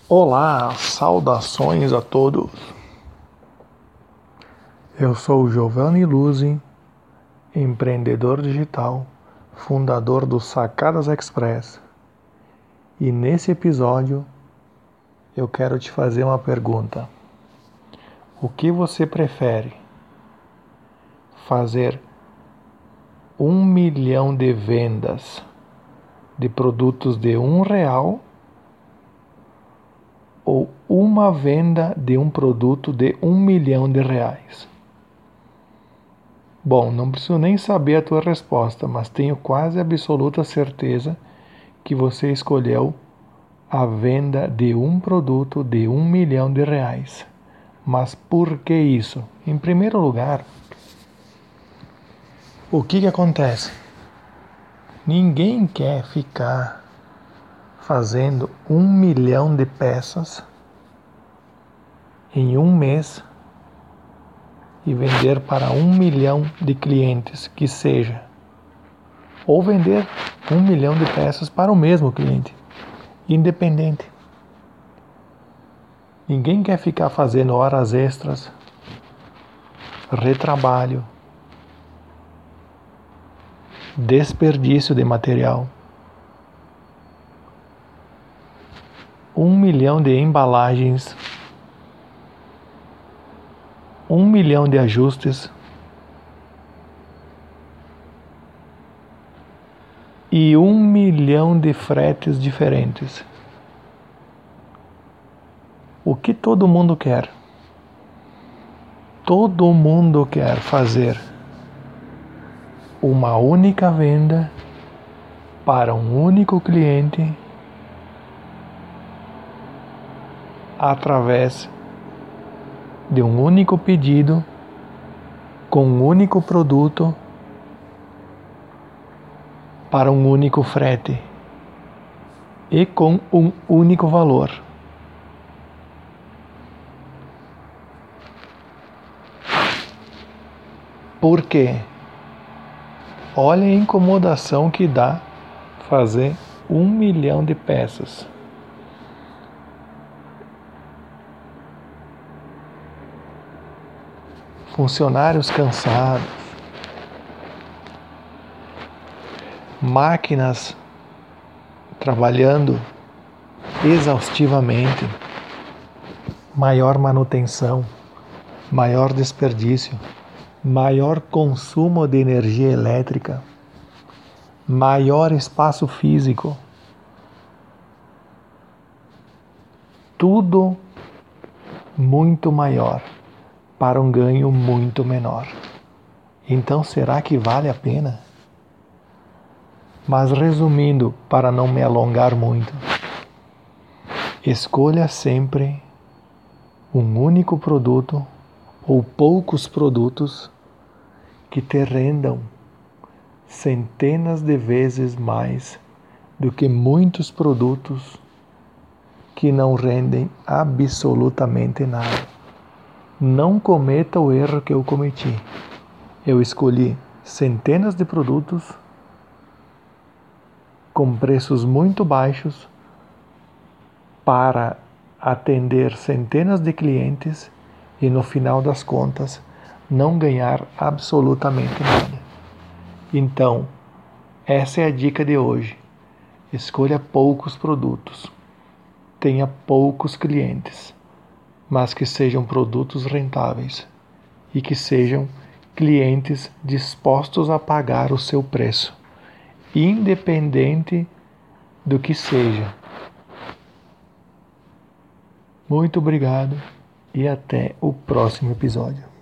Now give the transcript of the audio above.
Olá, saudações a todos. Eu sou Giovanni Luzi, empreendedor digital, fundador do Sacadas Express. E nesse episódio eu quero te fazer uma pergunta. O que você prefere? Fazer 1 milhão de vendas de produtos de R$ 1 ou uma venda de um produto de R$ 1 milhão? Bom, não preciso nem saber a tua resposta, mas tenho quase absoluta certeza que você escolheu a venda de um produto de R$ 1 milhão. Mas por que isso? Em primeiro lugar, o que acontece? Ninguém quer ficar fazendo 1 milhão de peças em um mês e vender para 1 milhão de clientes que seja, ou vender 1 milhão de peças para o mesmo cliente, independente. Ninguém quer ficar fazendo horas extras, retrabalho, desperdício de material. 1 milhão de embalagens, 1 milhão de ajustes e 1 milhão de fretes diferentes. O que todo mundo quer? Todo mundo quer fazer uma única venda para um único cliente através de um único pedido, com um único produto, para um único frete e com um único valor. Por quê? Olha a incomodação que dá fazer 1 milhão de peças. Funcionários cansados, máquinas trabalhando exaustivamente, maior manutenção, maior desperdício, maior consumo de energia elétrica, maior espaço físico, tudo muito maior para um ganho muito menor. Então, será que vale a pena? Mas resumindo, para não me alongar muito, escolha sempre um único produto ou poucos produtos que te rendam centenas de vezes mais do que muitos produtos que não rendem absolutamente nada. Não cometa o erro que eu cometi. Eu escolhi centenas de produtos com preços muito baixos para atender centenas de clientes e no final das contas não ganhar absolutamente nada. Então, essa é a dica de hoje. Escolha poucos produtos, tenha poucos clientes, mas que sejam produtos rentáveis e que sejam clientes dispostos a pagar o seu preço, independente do que seja. Muito obrigado e até o próximo episódio.